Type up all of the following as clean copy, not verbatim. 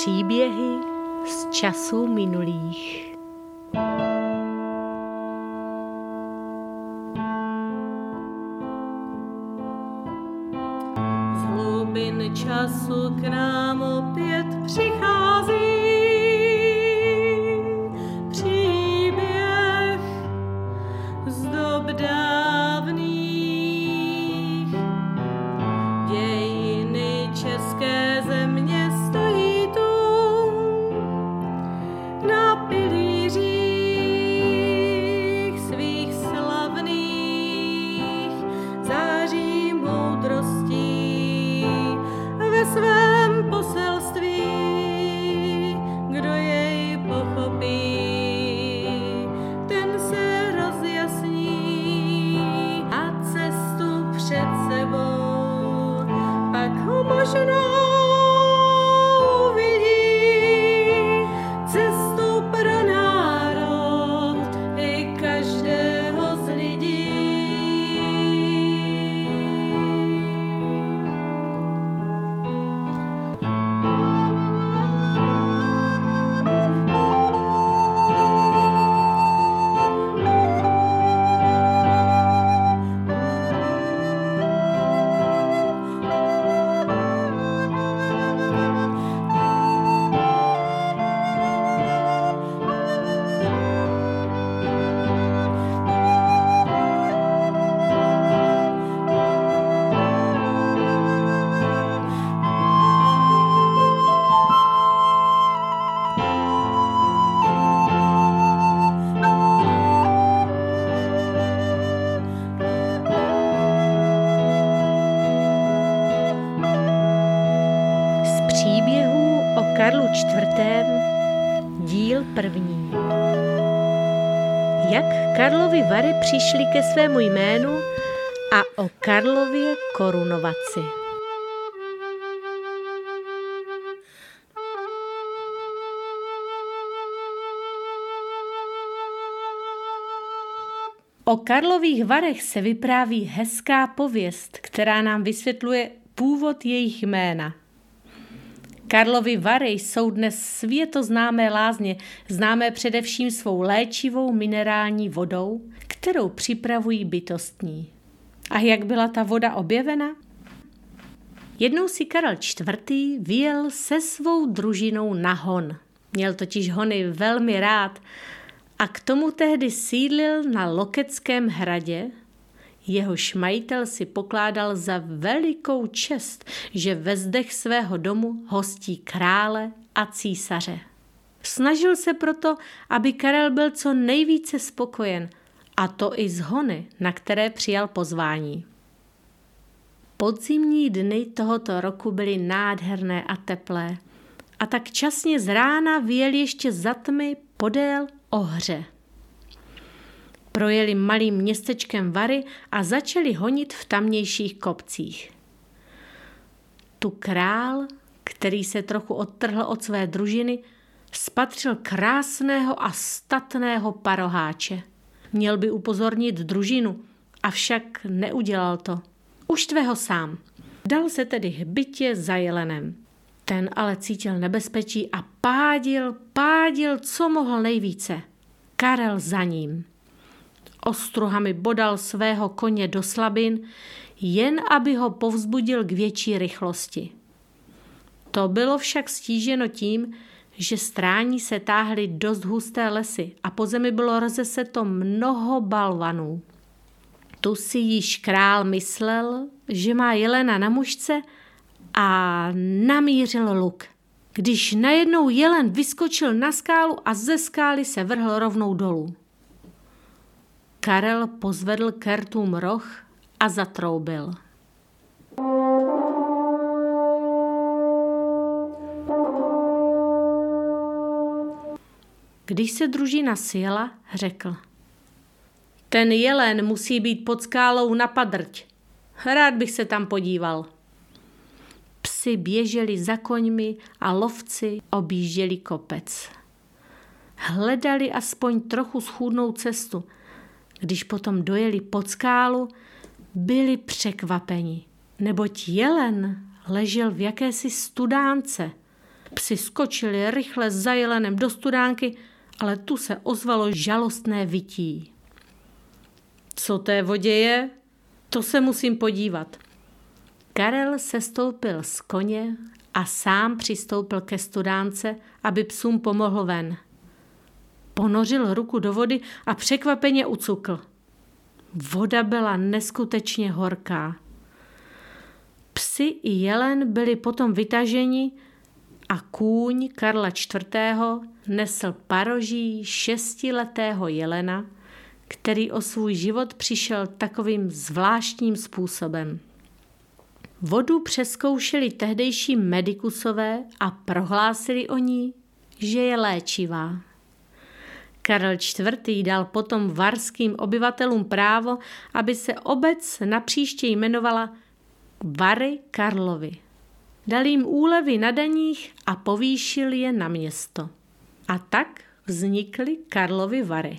Příběhy z časů minulých. Z hlubin času k nám opět přichází příběh z dob dávných. Dějiny české země stojí tu na pilířích svých slavných, září moudrostí ve svém poselství. Kdo jej pochopí, ten se rozjasní a cestu před sebou pak ho možná uvidí, cestu pro národ i každého z lidí. Příběhů o Karlu IV. Díl 1. Jak Karlovy Vary přišly ke svému jménu a o Karlově korunovaci. O Karlových Varech se vypráví hezká pověst, která nám vysvětluje původ jejich jména. Karlovy Vary jsou dnes světoznámé lázně, známé především svou léčivou minerální vodou, kterou připravují bytostní. A jak byla ta voda objevena? Jednou si Karel IV. Vyjel se svou družinou na hon. Měl totiž hony velmi rád a k tomu tehdy sídlil na Lokeckém hradě. Jehož majitel si pokládal za velikou čest, že ve zdech svého domu hostí krále a císaře. Snažil se proto, aby Karel byl co nejvíce spokojen, a to i z hony, na které přijal pozvání. Podzimní dny tohoto roku byly nádherné a teplé, a tak časně z rána vyjel ještě za tmy podél Ohře. Projeli malým městečkem Vary a začali honit v tamnějších kopcích. Tu král, který se trochu odtrhl od své družiny, spatřil krásného a statného paroháče. Měl by upozornit družinu, avšak neudělal to. Uštve ho sám. Dal se tedy hbitě za jelenem. Ten ale cítil nebezpečí a pádil, co mohl nejvíce. Karel za ním. Ostruhami bodal svého koně do slabin, jen aby ho povzbudil k větší rychlosti. To bylo však stíženo tím, že strání se táhly dost husté lesy a po zemi bylo rozeseto mnoho balvanů. Tu si již král myslel, že má jelena na mušce a namířil luk. Když najednou jelen vyskočil na skálu a ze skály se vrhl rovnou dolů. Karel pozvedl k rtům roh a zatroubil. Když se družina sjela, řekl: Ten jelen musí být pod skálou na padrť. Rád bych se tam podíval. Psi běželi za koňmi a lovci objížděli kopec. Hledali aspoň trochu schůdnou cestu. Když potom dojeli pod skálu, byli překvapeni, neboť jelen ležel v jakési studánce. Psi skočili rychle za jelenem do studánky, ale tu se ozvalo žalostné vytí. Co té vodě je? To se musím podívat. Karel sestoupil z koně a sám přistoupil ke studánce, aby psům pomohl ven. Ponořil ruku do vody a překvapeně ucukl. Voda byla neskutečně horká. Psi i jelen byli potom vytaženi a kůň Karla IV. Nesl paroží 6letého jelena, který o svůj život přišel takovým zvláštním způsobem. Vodu přezkoušeli tehdejší medikusové a prohlásili o ní, že je léčivá. Karel IV. Dal potom varským obyvatelům právo, aby se obec napříště jmenovala Vary Karlovy. Dal jim úlevy na daních a povýšil je na město. A tak vznikly Karlovy Vary.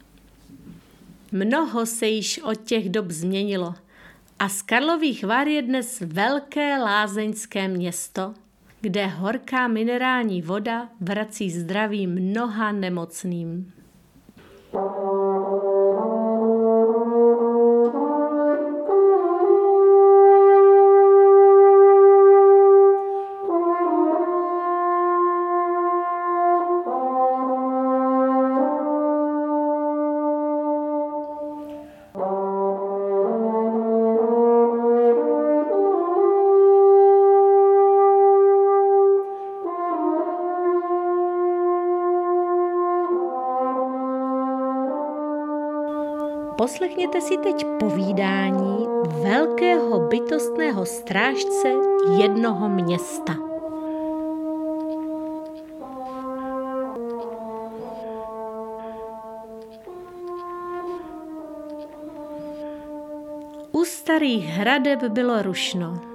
Mnoho se již od těch dob změnilo a z Karlových Var je dnes velké lázeňské město, kde horká minerální voda vrací zdraví mnoha nemocným. Poslechněte si teď povídání velkého bytostného strážce jednoho města. U starých hradeb bylo rušno.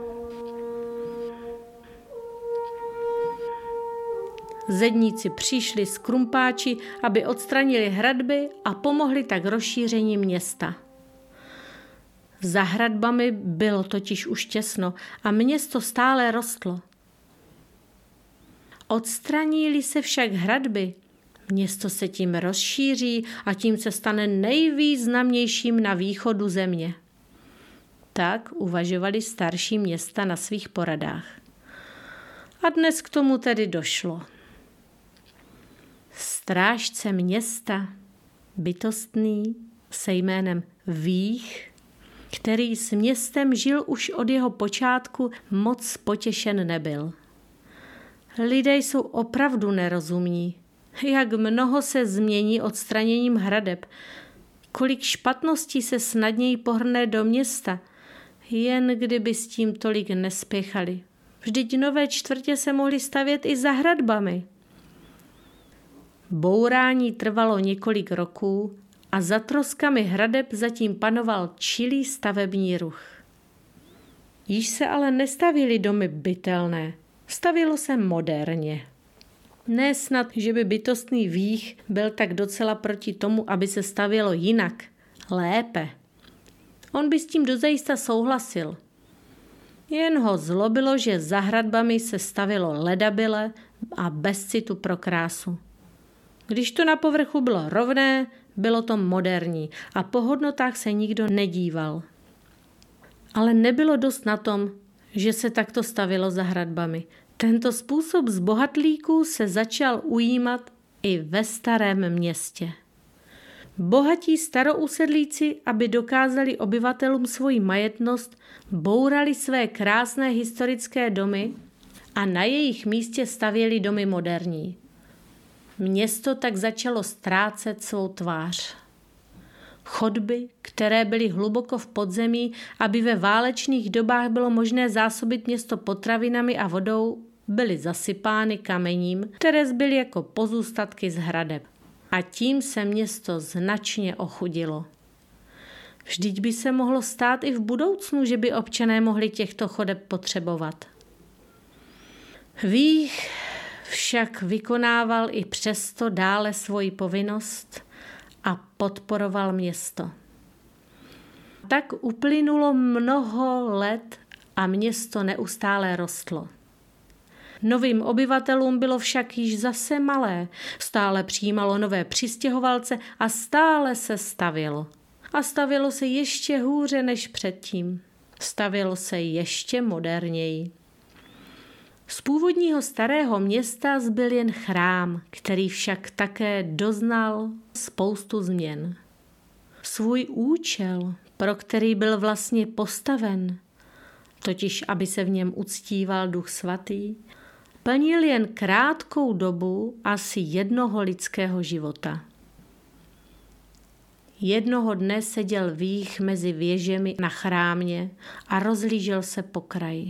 Zedníci přišli s krumpáči, aby odstranili hradby a pomohli tak rozšíření města. Za hradbami bylo totiž už těsno a město stále rostlo. Odstraní-li se však hradby, město se tím rozšíří a tím se stane nejvýznamnějším na východu země. Tak uvažovali starší města na svých poradách. A dnes k tomu tedy došlo. Strážce města, bytostný, se jménem Vích, který s městem žil už od jeho počátku, moc potěšen nebyl. Lidé jsou opravdu nerozumní. Jak mnoho se změní odstraněním hradeb, kolik špatností se snadněji pohrne do města, jen kdyby s tím tolik nespěchali. Vždyť nové čtvrtě se mohly stavět i za hradbami. Bourání trvalo několik roků a za troskami hradeb zatím panoval čilý stavební ruch. Již se ale nestavěly domy bytelné, stavělo se moderně. Ne snad, že by bytostný Vích byl tak docela proti tomu, aby se stavělo jinak, lépe. On by s tím dozajista souhlasil. Jen ho zlobilo, že za hradbami se stavělo ledabyle a bez citu pro krásu. Když to na povrchu bylo rovné, bylo to moderní a po hodnotách se nikdo nedíval. Ale nebylo dost na tom, že se takto stavilo za hradbami. Tento způsob zbohatlíků se začal ujímat i ve starém městě. Bohatí starousedlíci, aby dokázali obyvatelům svoji majetnost, bourali své krásné historické domy a na jejich místě stavěli domy moderní. Město tak začalo ztrácet svou tvář. Chodby, které byly hluboko v podzemí, aby ve válečných dobách bylo možné zásobit město potravinami a vodou, byly zasypány kamením, které zbyly jako pozůstatky z hradeb. A tím se město značně ochudilo. Vždyť by se mohlo stát i v budoucnu, že by občané mohli těchto chodeb potřebovat. Vích však vykonával i přesto dále svoji povinnost a podporoval město. Tak uplynulo mnoho let a město neustále rostlo. Novým obyvatelům bylo však již zase malé, stále přijímalo nové přistěhovalce a stále se stavělo. A stavělo se ještě hůře než předtím. Stavělo se ještě moderněji. Z původního starého města zbyl jen chrám, který však také doznal spoustu změn. Svůj účel, pro který byl vlastně postaven, totiž aby se v něm uctíval Duch Svatý, plnil jen krátkou dobu asi jednoho lidského života. Jednoho dne seděl vích mezi věžemi na chrámě a rozhlížel se po kraji.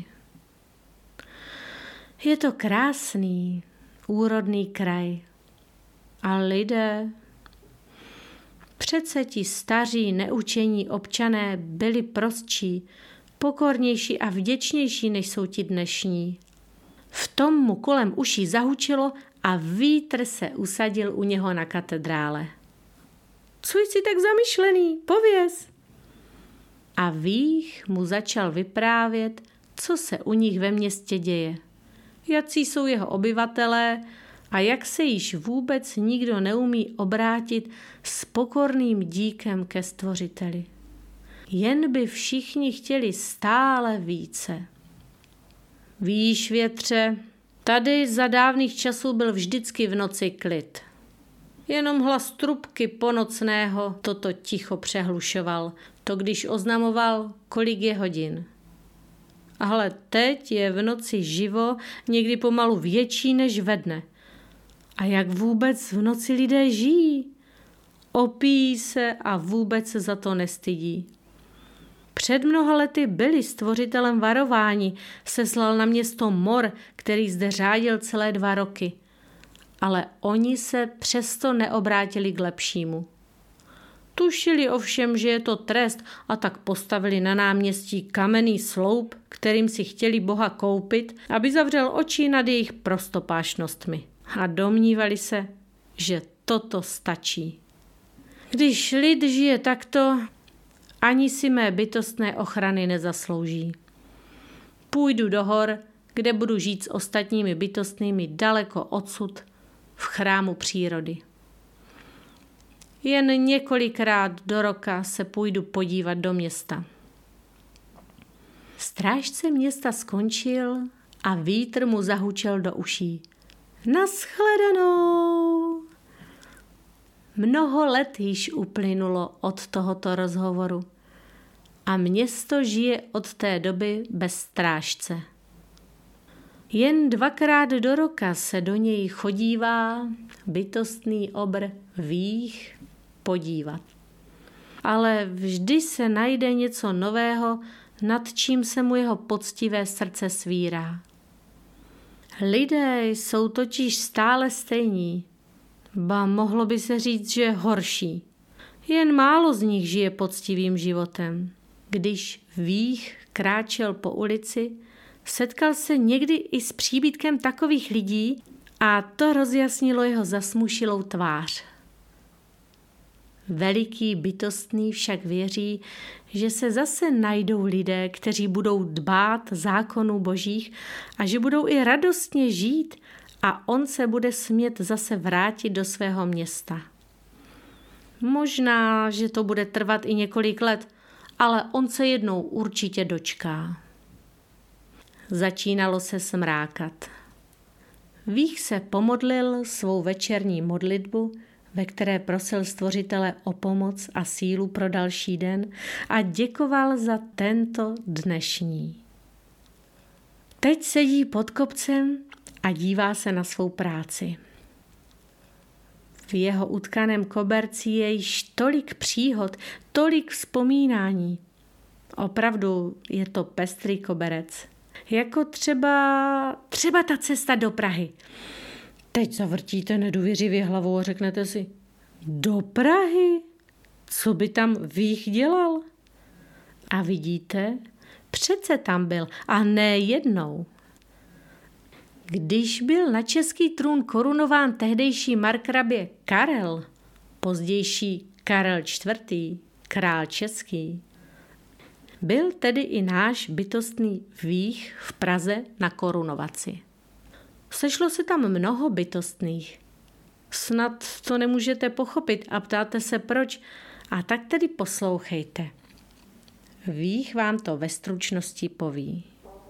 Je to krásný, úrodný kraj. A lidé, přece ti staří, neučení občané byli prostší, pokornější a vděčnější, než jsou ti dnešní. V tom mu kolem uší zahučilo a vítr se usadil u něho na katedrále. Co jsi tak zamyšlený? Pověz. A vích mu začal vyprávět, co se u nich ve městě děje. Jací jsou jeho obyvatelé a jak se již vůbec nikdo neumí obrátit s pokorným díkem ke Stvořiteli. Jen by všichni chtěli stále více. Víš, větře, tady za dávných časů byl vždycky v noci klid. Jenom hlas trubky ponocného toto ticho přehlušoval, to když oznamoval, kolik je hodin. Ale teď je v noci živo, někdy pomalu větší než ve dne. A jak vůbec v noci lidé žijí? Opíjí se a vůbec se za to nestydí. Před mnoha lety byli Stvořitelem varováni, seslal na město mor, který zde řádil celé 2 roky. Ale oni se přesto neobrátili k lepšímu. Tušili ovšem, že je to trest, a tak postavili na náměstí kamenný sloup, kterým si chtěli Boha koupit, aby zavřel oči nad jejich prostopášnostmi. A domnívali se, že toto stačí. Když lid žije takto, ani si mé bytostné ochrany nezaslouží. Půjdu do hor, kde budu žít s ostatními bytostnými daleko odsud, v chrámu přírody. Jen několikrát do roka se půjdu podívat do města. Strážce města skončil a vítr mu zahučel do uší. Naschledanou! Mnoho let již uplynulo od tohoto rozhovoru a město žije od té doby bez strážce. Jen 2krát do roka se do něj chodívá bytostný obr vích podívat. Ale vždy se najde něco nového, nad čím se mu jeho poctivé srdce svírá. Lidé jsou totiž stále stejní, ba mohlo by se říct, že horší. Jen málo z nich žije poctivým životem. Když vích kráčel po ulici, setkal se někdy i s příbytkem takových lidí a to rozjasnilo jeho zasmušilou tvář. Veliký bytostný však věří, že se zase najdou lidé, kteří budou dbát zákonů božích a že budou i radostně žít a on se bude smět zase vrátit do svého města. Možná, že to bude trvat i několik let, ale on se jednou určitě dočká. Začínalo se smrákat. Vích se pomodlil svou večerní modlitbu, ve které prosil Stvořitele o pomoc a sílu pro další den a děkoval za tento dnešní. Teď sedí pod kopcem a dívá se na svou práci. V jeho utkaném koberci je již tolik příhod, tolik vzpomínání. Opravdu je to pestrý koberec. Jako třeba ta cesta do Prahy. Teď zavrtíte nedůvěřivě hlavou a řeknete si, do Prahy? Co by tam vích dělal? A vidíte, přece tam byl a ne jednou. Když byl na český trůn korunován tehdejší markrabě Karel, pozdější Karel IV., král český, byl tedy i náš bytostný vích v Praze na korunovaci. Sešlo se tam mnoho bytostných. Snad to nemůžete pochopit a ptáte se proč, a tak tedy poslouchejte. Vých vám to ve stručnosti poví.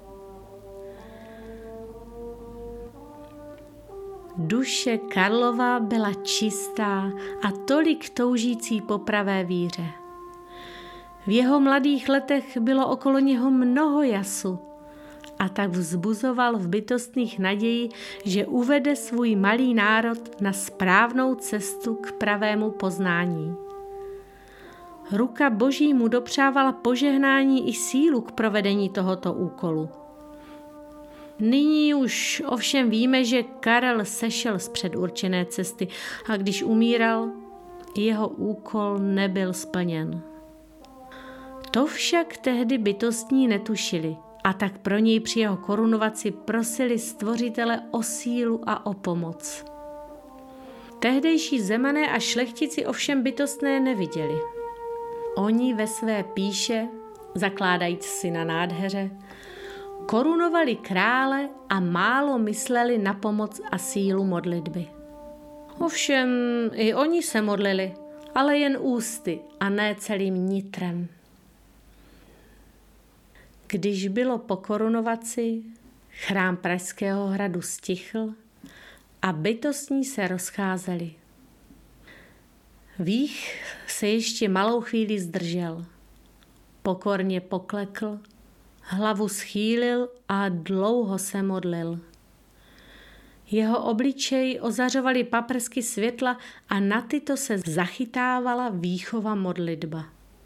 Duše Karlova byla čistá a tolik toužící po pravé víře. V jeho mladých letech bylo okolo něho mnoho jasu a tak vzbuzoval v bytostných naději, že uvede svůj malý národ na správnou cestu k pravému poznání. Ruka Boží mu dopřávala požehnání i sílu k provedení tohoto úkolu. Nyní už ovšem víme, že Karel sešel z předurčené cesty a když umíral, jeho úkol nebyl splněn. To však tehdy bytostní netušili a tak pro něj při jeho korunovaci prosili Stvořitele o sílu a o pomoc. Tehdejší Zemané a šlechtici ovšem bytostné neviděli. Oni ve své píše, zakládajíc si na nádheře, korunovali krále a málo mysleli na pomoc a sílu modlitby. Ovšem i oni se modlili, ale jen ústy a ne celým nitrem. Když bylo po korunovaci, chrám Pražského hradu stichl a bytostní se rozcházeli. Vích se ještě malou chvíli zdržel. Pokorně poklekl, hlavu schýlil a dlouho se modlil. Jeho obličej ozařovaly paprsky světla a na tyto se zachytávala Víchova modlitba.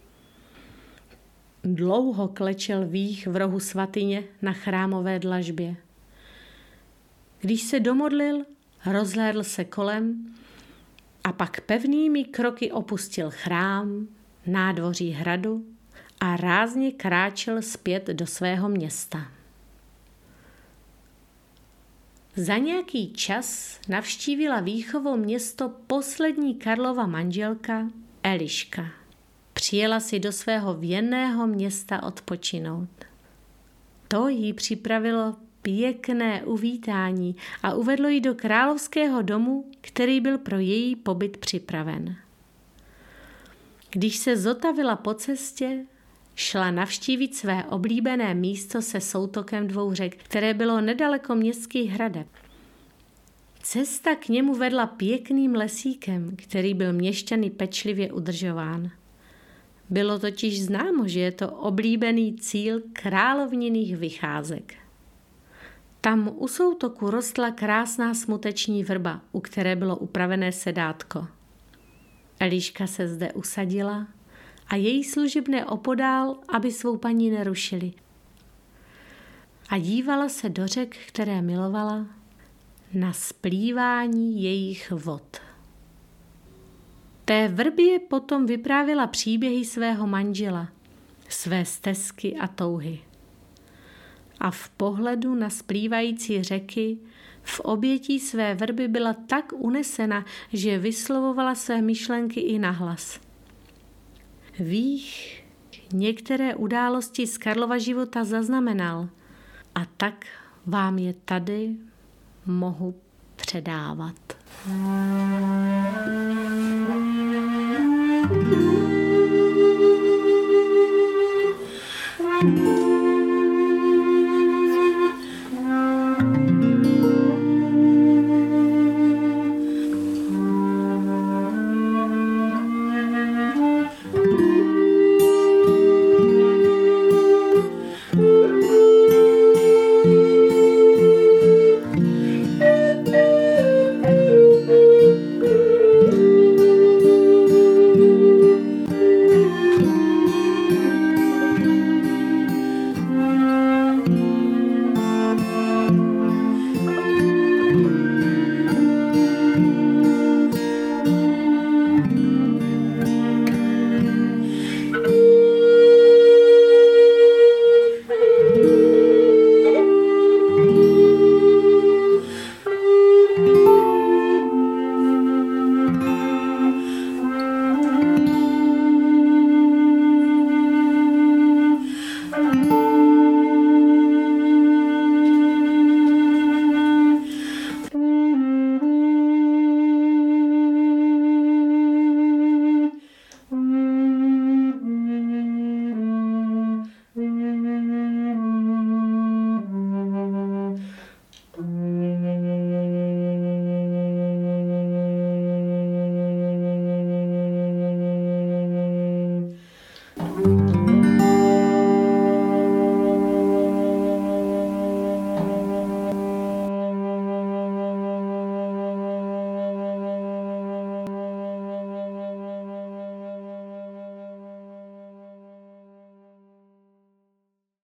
Dlouho klečel Vích v rohu svatyně na chrámové dlažbě. Když se domodlil, rozhlédl se kolem a pak pevnými kroky opustil chrám, nádvoří hradu a rázně kráčel zpět do svého města. Za nějaký čas navštívila Víchovo město poslední Karlova manželka Eliška. Přijela si do svého věnného města odpočinout. To jí připravilo pěkné uvítání a uvedlo ji do královského domu, který byl pro její pobyt připraven. Když se zotavila po cestě, šla navštívit své oblíbené místo se soutokem dvou řek, které bylo nedaleko městských hradeb. Cesta k němu vedla pěkným lesíkem, který byl měšťany pečlivě udržován. Bylo totiž známo, že je to oblíbený cíl královninných vycházek. Tam u soutoku rostla krásná smuteční vrba, u které bylo upravené sedátko. Eliška se zde usadila a její služebné opodál, aby svou paní nerušili. A dívala se do řek, které milovala, na splývání jejich vod. Té vrbě potom vyprávěla příběhy svého manžela, své stesky a touhy. A v pohledu na splývající řeky v obětí své vrby byla tak unesena, že vyslovovala své myšlenky i nahlas. Vích některé události z Karlova života zaznamenal a tak vám je tady mohu předávat.